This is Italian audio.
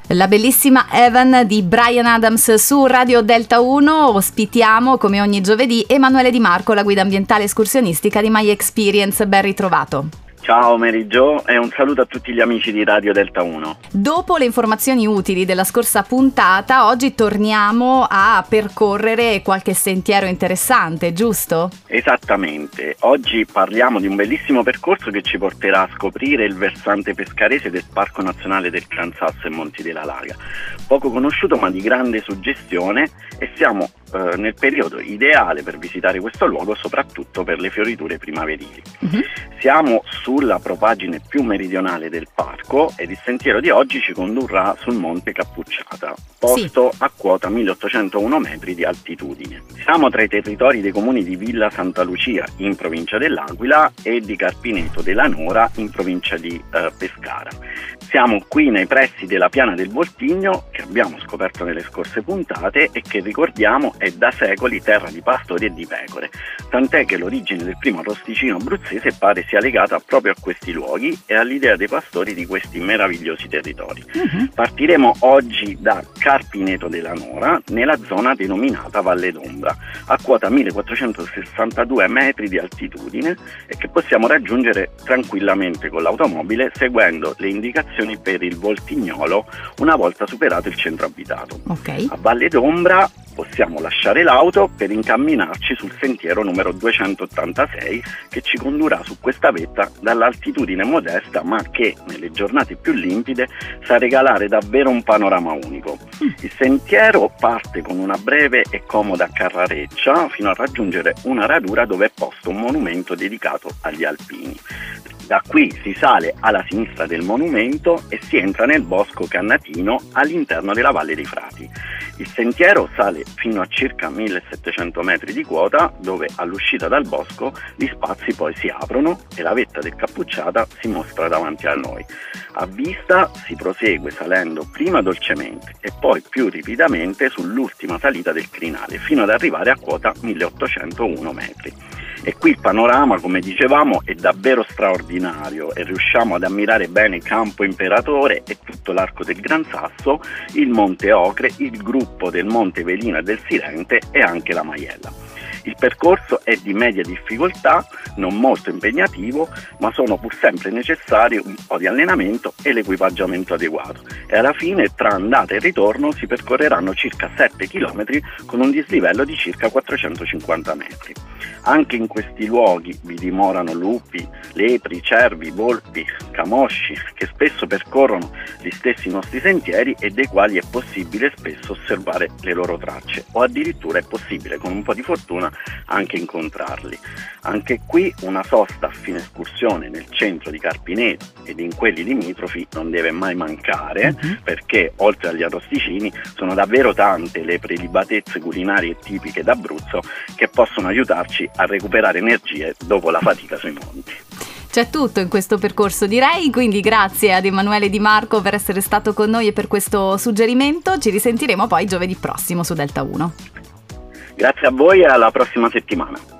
La bellissima Evan di Bryan Adams su Radio Delta 1. Ospitiamo come ogni giovedì Emanuele Di Marco, la guida ambientale escursionistica di My Experience. Ben ritrovato. Ciao Mary Jo e un saluto a tutti gli amici di Radio Delta 1. Dopo le informazioni utili della scorsa puntata, oggi torniamo a percorrere qualche sentiero interessante, giusto? Esattamente, oggi parliamo di un bellissimo percorso che ci porterà a scoprire il versante pescarese del Parco Nazionale del Gran Sasso e Monti della Laga. Poco conosciuto ma di grande suggestione, e siamo nel periodo ideale per visitare questo luogo, soprattutto per le fioriture primaverili. Siamo sulla propagine più meridionale del parco ed il sentiero di oggi ci condurrà sul Monte Cappucciata, posto a quota 1801 metri di altitudine. Siamo tra i territori dei comuni di Villa Santa Lucia in provincia dell'Aquila e di Carpineto della Nora in provincia di Pescara. Siamo qui nei pressi della Piana del Voltigno, che abbiamo scoperto nelle scorse puntate e che, ricordiamo, è da secoli terra di pastori e di pecore, tant'è che l'origine del primo arrosticino abruzzese pare sia legata proprio a questi luoghi e all'idea dei pastori di questi meravigliosi territori. Partiremo oggi da Carpineto della Nora, nella zona denominata Valle d'Ombra, a quota 1462 metri di altitudine e che possiamo raggiungere tranquillamente con l'automobile seguendo le indicazioni per il Voltignolo una volta superato il centro abitato. A Valle d'Ombra possiamo lasciare l'auto per incamminarci sul sentiero numero 286 che ci condurrà su questa vetta dall'altitudine modesta ma che nelle giornate più limpide sa regalare davvero un panorama unico. Il sentiero parte con una breve e comoda carrareccia fino a raggiungere una radura dove è posto un monumento dedicato agli alpini. Da qui si sale alla sinistra del monumento e si entra nel bosco cannatino all'interno della Valle dei Frati. Il sentiero sale fino a circa 1700 metri di quota, dove all'uscita dal bosco gli spazi poi si aprono e la vetta del Cappucciata si mostra davanti a noi. A vista si prosegue salendo prima dolcemente e poi più ripidamente sull'ultima salita del crinale, fino ad arrivare a quota 1801 metri. E qui il panorama, come dicevamo, è davvero straordinario e riusciamo ad ammirare bene Campo Imperatore e tutto l'arco del Gran Sasso, il Monte Ocre, il gruppo del Monte Velino e del Sirente e anche la Maiella. Il percorso è di media difficoltà, non molto impegnativo, ma sono pur sempre necessari un po' di allenamento e l'equipaggiamento adeguato. E alla fine, tra andata e ritorno, si percorreranno circa 7 km con un dislivello di circa 450 metri. Anche in questi luoghi vi dimorano lupi, lepri, cervi, volpi, camosci, che spesso percorrono gli stessi nostri sentieri e dei quali è possibile spesso osservare le loro tracce, o addirittura è possibile, con un po' di fortuna, anche incontrarli. Anche qui una sosta a fine escursione nel centro di Carpineto ed in quelli limitrofi non deve mai mancare, perché oltre agli arrosticini sono davvero tante le prelibatezze culinarie tipiche d'Abruzzo che possono aiutarci a recuperare energie dopo la fatica sui monti. C'è tutto in questo percorso, direi, quindi grazie ad Emanuele Di Marco per essere stato con noi e per questo suggerimento. Ci risentiremo poi giovedì prossimo su Delta 1. Grazie a voi e alla prossima settimana.